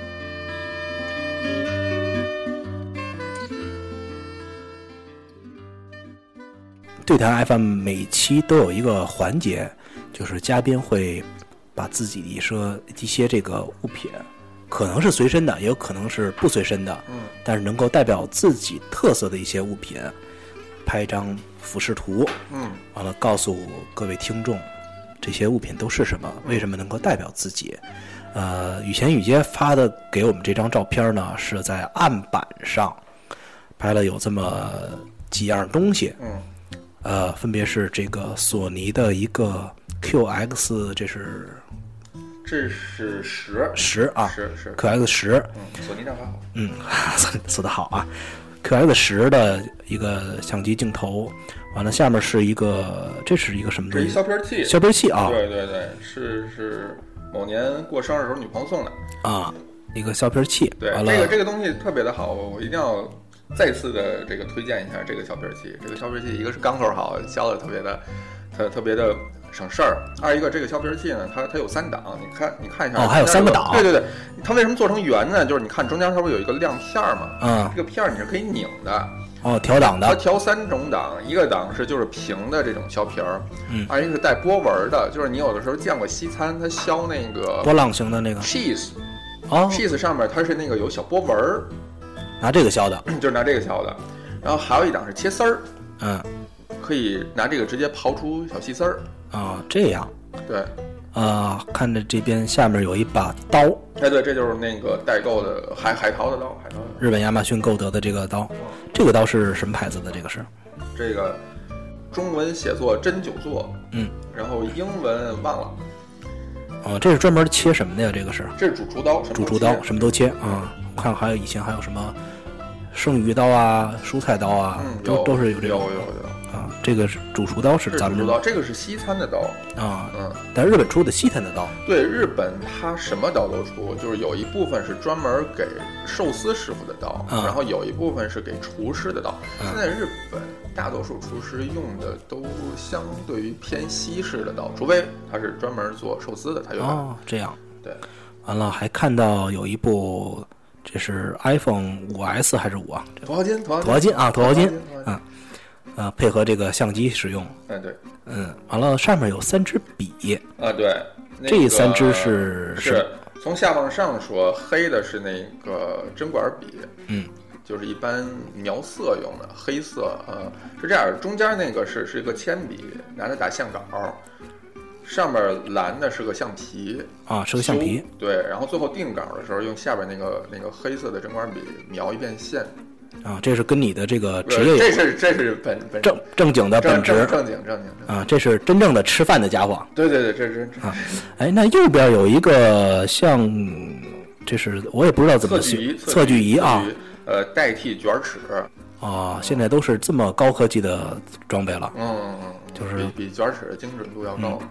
对谈 F M 每期都有一个环节，就是嘉宾会把自己一些一些这个物品，可能是随身的，也有可能是不随身的， 嗯， 但是能够代表自己特色的一些物品，拍一张俯视图， 嗯， 完了告诉各位听众，这些物品都是什么，为什么能够代表自己。呃，雨前雨街发的给我们这张照片呢，是在案板上拍了有这么几样东西， 嗯。 呃，分别是这个索尼的一个 Q X， 这是这是十十啊， 十十 Q X 十， 嗯，索尼账还好， 嗯，说得好啊 ，Q X 十的一个相机镜头，完了下面是一个，这是一个什么东西？ 这一削片器， 削片器啊， 对对对，是是某年过生日的时候女朋友送的啊，一个削片器， 对，这个这个东西特别的好，我一定要。再次的这个推荐一下这个削片器，这个削片器一个是钢口好，削的特别的，特特别的省事儿；二一个这个削片器呢，它它有三档，你看你看一下， 哦，还有三个档， 对对对，它为什么做成圆呢？就是你看中间它不是有一个亮片嘛， 嗯， 这个片你是可以拧的， 哦，调档的， 它调三种档，一个档是就是平的这种削皮儿， 嗯， 二一个是带波纹的，就是你有的时候见过西餐，它削那个波浪形的那个 cheese， 哦 cheese 上面它是那个有小波纹儿。 拿这个削的， 就是拿这个削的，然后还有一档是切丝儿， 嗯， 可以拿这个直接刨出小细丝儿啊，这样， 对， 啊，看着这边下面有一把刀， 哎，对，这就是那个代购的海海淘的刀，海淘的日本亚马逊购得的这个刀，这个刀是什么牌子的？这个是， 这个中文写作真久作， 嗯， 然后英文忘了， 哦，这是专门切什么的呀？这个是， 这是主厨刀， 主厨刀什么都切啊。我看还有以前还有什么生鱼刀啊、蔬菜刀啊， 嗯、 都都是有这种。 有有有啊，这个是主厨刀，是咱们主厨刀，这个是西餐的刀啊， 嗯， 但日本出的西餐的刀。 对，日本它什么刀都出，就是有一部分是专门给寿司师傅的刀， 嗯、 然后有一部分是给厨师的刀。 嗯、 现在日本大多数厨师用的都相对于偏西式的刀，除非他是专门做寿司的，他用哦，这样。 对， 完了还看到有一部。这是 iPhone 五 S 还是五啊？ 土豪金，土豪金啊，土豪金啊， 啊，配合这个相机使用。 嗯，对， 嗯，完了上面有三支笔啊，对，那个、这三支是是从下往上说，黑的是那个针管笔， 嗯， 就是一般描色用的黑色，呃，是这样，中间那个是是一个铅笔，拿着打线稿。上面蓝的是个橡皮啊，是个橡皮。 对，然后最后定稿的时候，用下边那个那个黑色的针管笔描一遍线。 啊，这是跟你的这个职业有， 这是这是本本正正经的本职， 正正经正经啊，这是真正的吃饭的家伙。 对对对，这是啊。哎，那右边有一个像，这是我也不知道怎么写， 测距仪啊， 呃，代替卷尺。 啊，现在都是这么高科技的装备了。 嗯嗯嗯。 就是比比卷尺的精准度要高。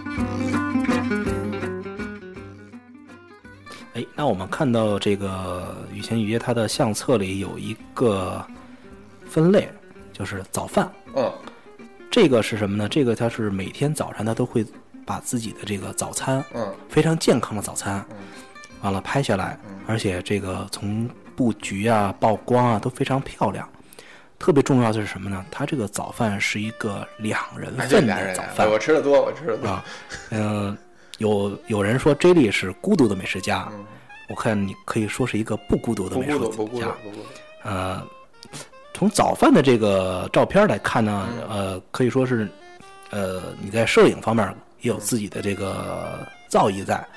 哎、嗯，那我们看到这个雨前雨街它的相册里有一个分类，就是早饭。 嗯， 这个是什么呢？这个它是每天早上它都会把自己的这个早餐， 嗯， 非常健康的早餐， 嗯， 完了拍下来，而且这个从布局啊、曝光啊都非常漂亮。特别重要的是什么呢？它这个早饭是一个两人份的早饭， 我吃的多，我吃的多啊。嗯、呃，有有人说 J 莉是孤独的美食家， 嗯、 我看你可以说是一个不孤独的美食家。 不孤独，不孤独，不孤独。 呃，从早饭的这个照片来看呢， 嗯、 呃，可以说是，呃，你在摄影方面也有自己的这个造诣在。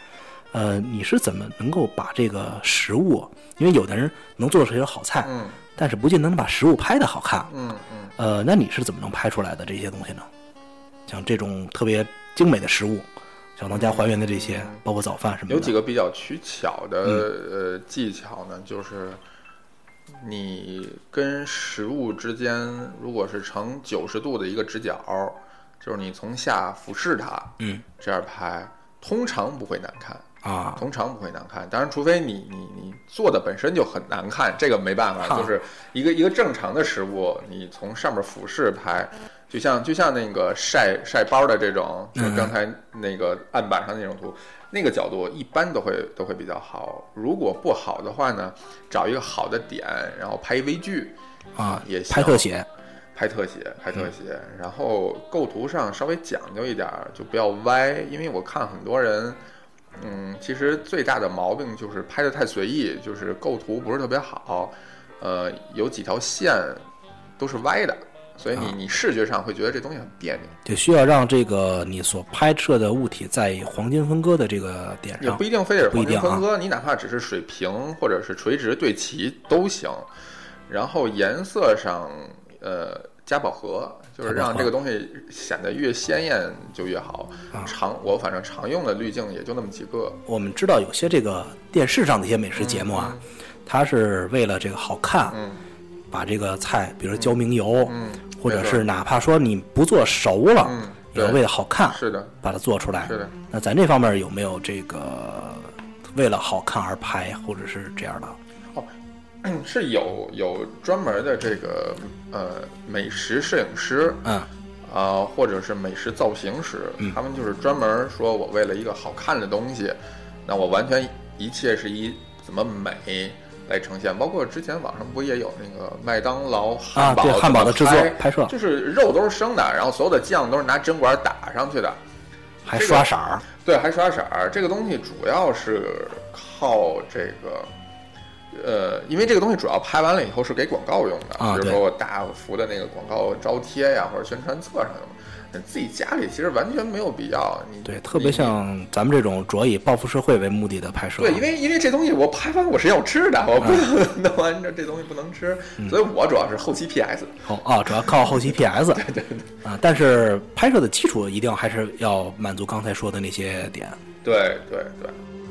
呃，你是怎么能够把这个食物，因为有的人能做出一些好菜， 嗯， 但是不见得能把食物拍得好看， 嗯嗯， 呃，那你是怎么能拍出来的这些东西呢？像这种特别精美的食物，小当家还原的这些， 嗯、 包括早饭什么的， 有几个比较取巧的、 嗯、 呃技巧呢，就是你跟食物之间，如果是呈九十度的一个直角，就是你从下俯视它， 嗯， 这样拍，通常不会难看。 啊， 通常不会难看，当然，除非你你你做的本身就很难看，这个没办法。就是一个一个正常的食物，你从上面俯视拍，就像就像那个晒晒包的这种，就刚才那个案板上那种图，嗯、那个角度一般都会都会比较好。如果不好的话呢，找一个好的点，然后拍一微距啊， 也行， 拍特写。 拍特写，拍特写，嗯、然后构图上稍微讲究一点，就不要歪，因为我看很多人。嗯，其实最大的毛病就是拍得太随意，就是构图不是特别好，呃，有几条线都是歪的，所以你、啊、你视觉上会觉得这东西很别扭， 就需要让这个你所拍摄的物体在黄金分割的这个点上， 也不一定非得是黄金分割， 啊、 你哪怕只是水平或者是垂直对齐都行。然后颜色上，呃。加饱和就是让这个东西显得越鲜艳就越好。常我反正常用的滤镜也就那么几个。 我们知道有些这个电视上的一些美食节目啊，嗯、它是为了这个好看， 嗯、 把这个菜，比如浇明油， 嗯、 或者是哪怕说你不做熟了， 嗯、 也为了好看， 是的， 把它做出来。 是的。 那咱这方面有没有这个为了好看而拍，或者是这样的？ 是有有专门的这个呃美食摄影师， 嗯， 啊、呃，或者是美食造型师， 嗯， 他们就是专门说我为了一个好看的东西，那我完全一切是以怎么美来呈现。包括之前网上不也有那个麦当劳汉堡、 啊、对汉堡的制作拍摄， 就是肉都是生的，然后所有的酱都是拿针管打上去的， 还刷色儿、 这个，对，还刷色儿。这个东西主要是靠这个。呃，因为这个东西主要拍完了以后是给广告用的， 啊、 比如说我大幅的那个广告招贴呀，或者宣传册上用的。自己家里其实完全没有必要。你对，特别像咱们这种主要以报复社会为目的的拍摄。 对，因为因为这东西我拍完我是要吃的，我不能弄完这这东西不能吃， 嗯、 所以我主要是后期 P S。 哦啊，主要靠后期 P S。 对对对。 啊，但是拍摄的基础一定还是要满足刚才说的那些点。 对对对。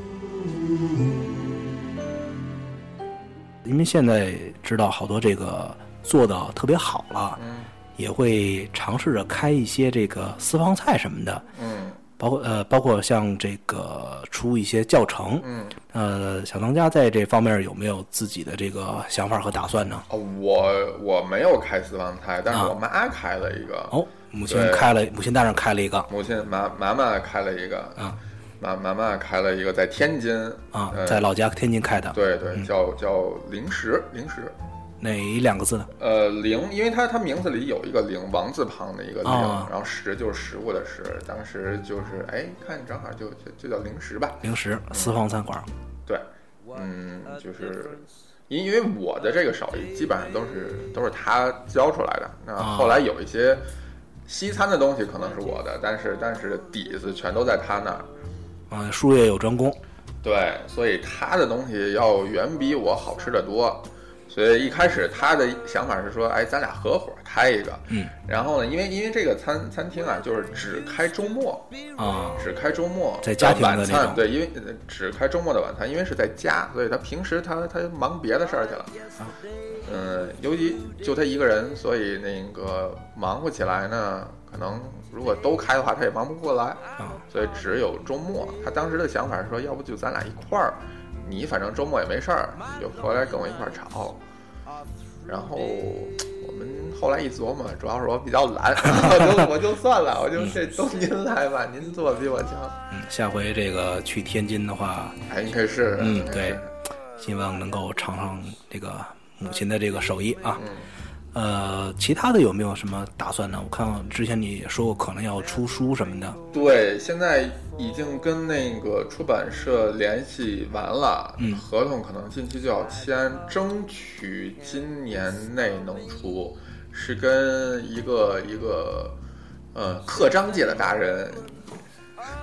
因为现在知道好多这个做的特别好了， 嗯， 也会尝试着开一些这个私房菜什么的， 嗯， 包括呃，包括像这个出一些教程， 嗯， 呃，小当家在这方面有没有自己的这个想法和打算呢？ 哦，我我没有开私房菜，但是我妈开了一个。 啊、哦，母亲开了，母亲大人开了一个， 母亲妈妈妈开了一个啊。 妈妈妈开了一个在天津啊、呃，在老家天津开的， 对对， 嗯、 叫叫零食零食， 哪两个字呢？ 呃，零，因为它它名字里有一个零，王字旁的一个零， 哦、 然后食就是食物的食，当时就是哎，看正好就就就叫零食吧， 零食私房餐馆， 嗯、对，嗯，就是因因为我的这个手艺基本上都是都是他教出来的，那后来有一些西餐的东西可能是我的，但是但是底子全都在他那儿。 啊，术业有专攻， 对，所以他的东西要远比我好吃得多。所以一开始他的想法是说，哎，咱俩合伙开一个。 嗯。 然后呢，因为因为这个餐餐厅啊，就是只开周末啊， 只开周末， 在家庭的晚餐，对，因为只开周末的晚餐，因为是在家，所以他平时他他忙别的事儿去了。 啊。 嗯，尤其就他一个人，所以那个忙活起来呢，可能如果都开的话，他也忙不过来啊。 所以只有周末。他当时的想法是说，要不就咱俩一块儿，你反正周末也没事儿，你就回来跟我一块儿炒。然后我们后来一琢磨，主要是我比较懒，我就我就算了，我就这都您来吧，您做的比我强。 嗯，下回这个去天津的话， 哎，应该是， 嗯，对，希望能够尝尝这个母亲的这个手艺啊。 嗯。 呃，其他的有没有什么打算呢？我看之前你也说过可能要出书什么的。 对，现在已经跟那个出版社联系完了， 嗯， 合同可能近期就要签，争取今年内能出。是跟一个一个呃刻章界的达人，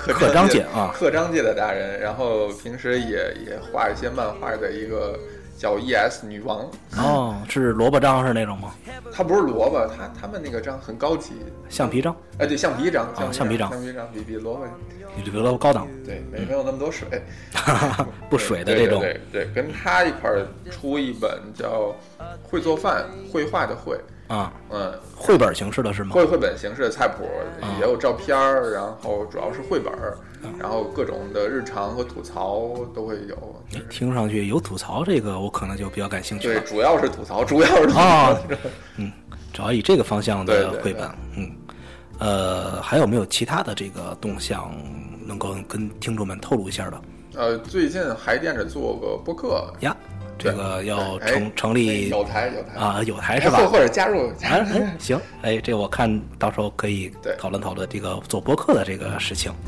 刻章界啊， 刻章界的达人，然后平时也也画一些漫画的一个叫 E S 女王。 哦，是萝卜章是那种吗？ 它不是萝卜，它他们那个章很高级， 橡皮章。 哎，对，橡皮章， 橡皮章， 橡皮章比比萝卜比萝卜高档。 对，没没有那么多水， 不水的这种。 对对对，跟他一块出一本叫《会做饭绘画的绘》。 啊， 嗯， 绘本形式的是吗？ 绘绘本形式的菜谱，也有照片儿，然后主要是绘本，然后各种的日常和吐槽都会有。 听上去有吐槽，这个我可能就比较感兴趣了。 对，主要是吐槽，主要是吐槽。 啊、嗯，主要以这个方向的绘本。 对对对嗯，呃，还有没有其他的这个动向能够跟听众们透露一下的？ 呃，最近还惦着做个播客呀。这个要成、 哎、 成立有台有台啊，有台是吧？ 或者加入加入、 哎、行，哎，这个我看到时候可以讨论讨论这个做播客的这个事情。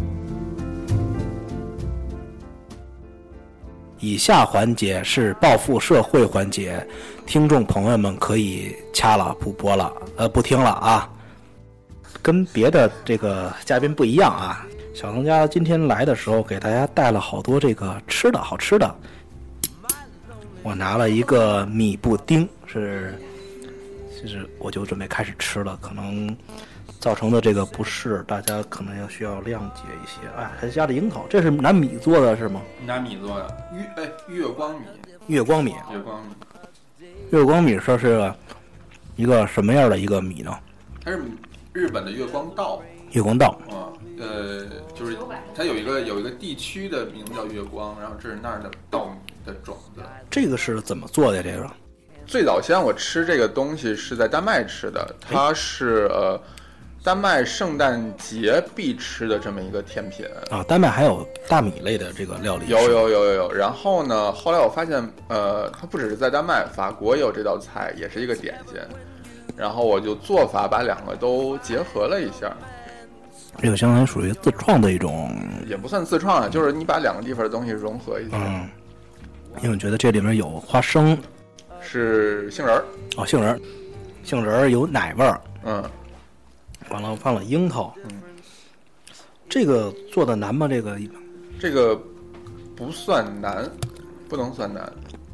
以下环节是报复社会环节，听众朋友们可以掐了不播了，呃，不听了啊。跟别的这个嘉宾不一样啊，小当家今天来的时候给大家带了好多这个吃的好吃的。我拿了一个米布丁，是，其实我就准备开始吃了，可能造成的这个不适，大家可能要需要谅解一些。哎，还加了樱桃，这是拿米做的是吗？ 拿米做的，月哎月光米， 月光米， 月光米， 月光米说是一个什么样的一个米呢？ 它是日本的月光稻。 月光稻啊，呃，就是它有一个有一个地区的名字叫月光，然后这是那儿的稻米的种子。 这个是怎么做的？这个最早先我吃这个东西是在丹麦吃的，它是呃丹麦圣诞节必吃的这么一个甜品啊。丹麦还有大米类的这个料理？ 有有有有有。然后呢，后来我发现，呃，它不只是在丹麦，法国也有这道菜，也是一个点心。然后我就做法把两个都结合了一下。 这个相当于属于自创的一种， 也不算自创啊，就是你把两个地方的东西融合一下。 嗯，因为我觉得这里面有花生， 是杏仁儿哦，杏仁儿，杏仁儿有奶味儿， 嗯， 完了放了樱桃， 嗯， 这个做的难吗？这个这个不算难，不能算难。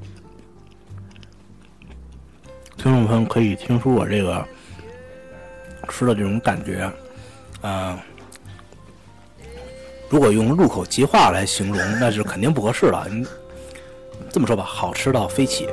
听众朋友可以听出我这个吃的这种感觉，嗯、呃。如果用入口即化来形容，那是肯定不合适了。你这么说吧，好吃到飞起。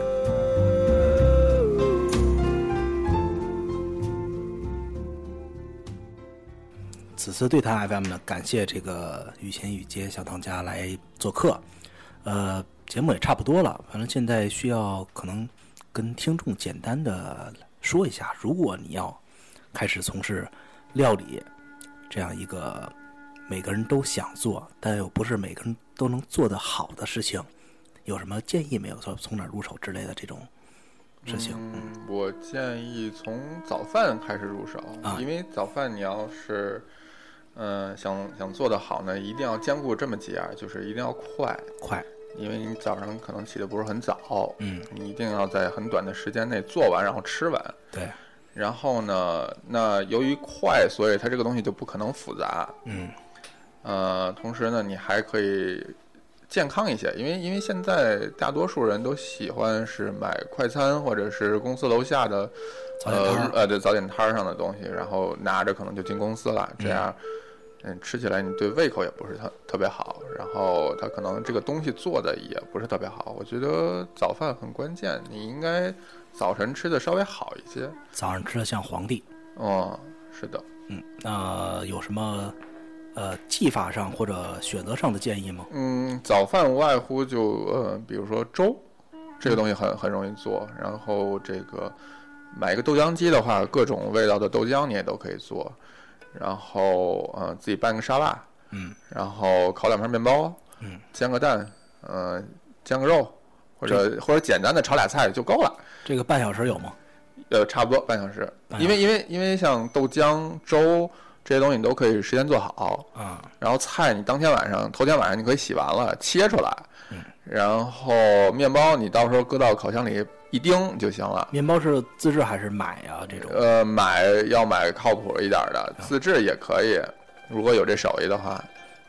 此次对谈 F M 呢，感谢这个雨前雨街小当家来做客。呃，节目也差不多了，反正现在需要可能跟听众简单的说一下，如果你要开始从事料理这样一个每个人都想做，但又不是每个人都能做得好的事情，有什么建议没有？说从哪入手之类的这种事情？ 嗯，我建议从早饭开始入手， 啊、 因为早饭你要是，嗯、呃，想想做得好呢，一定要兼顾这么几样，就是一定要快， 快， 因为你早上可能起得不是很早， 嗯， 你一定要在很短的时间内做完，然后吃完， 对。 然后呢，那由于快，所以它这个东西就不可能复杂， 嗯。 呃，同时呢，你还可以健康一些，因为因为现在大多数人都喜欢是买快餐或者是公司楼下的呃呃对早点摊上的东西，然后拿着可能就进公司了，这样嗯吃起来你对胃口也不是特特别好，然后它可能这个东西做的也不是特别好。我觉得早饭很关键，你应该早晨吃的稍微好一些， 早上吃的像皇帝。 哦，是的。 嗯，那、呃、有什么？呃，技法上或者选择上的建议吗？ 嗯，早饭无外乎就呃，比如说粥，这个东西很很容易做。然后这个买一个豆浆机的话，各种味道的豆浆你也都可以做。然后呃，自己拌个沙拉， 嗯， 然后烤两片面包， 嗯， 煎个蛋，呃，煎个肉，或者或者简单的炒俩菜就够了。 这个半小时有吗？ 呃，差不多半小时。因为因为因为像豆浆、粥。这些东西你都可以事先做好啊、嗯， 然后菜你当天晚上、头天晚上你可以洗完了切出来， 嗯， 然后面包你到时候搁到烤箱里一叮就行了。 面包是自制还是买啊？这种呃，买要买靠谱一点的，自制也可以，如果有这手艺的话。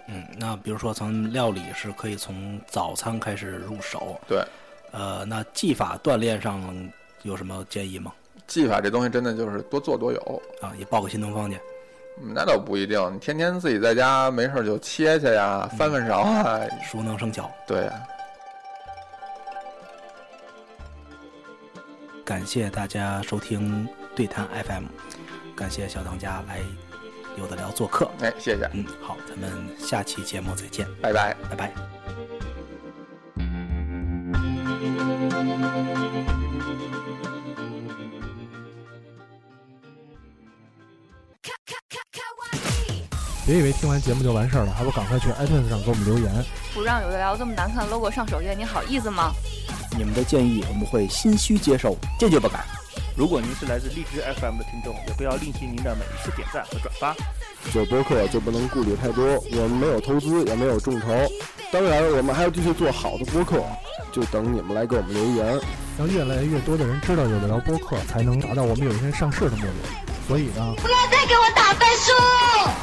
嗯，那比如说从料理是可以从早餐开始入手。 对。 呃，那技法锻炼上有什么建议吗？ 技法这东西真的就是多做多有啊，也报个新东方去。 那倒不一定，你天天自己在家没事就切切呀，翻翻勺啊， 嗯、熟能生巧。 对呀。 感谢大家收听对谈 F M， 感谢小当家来有的聊做客。 哎，谢谢。 嗯，好，咱们下期节目再见， 拜拜， 拜拜。 别以为听完节目就完事儿了，还不赶快去 iTunes 上给我们留言。 不让有的聊这么难看 logo 上首页，你好意思吗？ 你们的建议我们会心虚接受，坚决不改。 如果您是来自荔枝 F M 的听众，也不要吝惜您的每一次点赞和转发。 做播客就不能顾虑太多，我们没有投资，也没有众筹，当然我们还要继续做好的播客，就等你们来给我们留言， 让越来越多的人知道有的聊播客，才能达到我们有一天上市的目的。所以呢， 不要再给我打分数。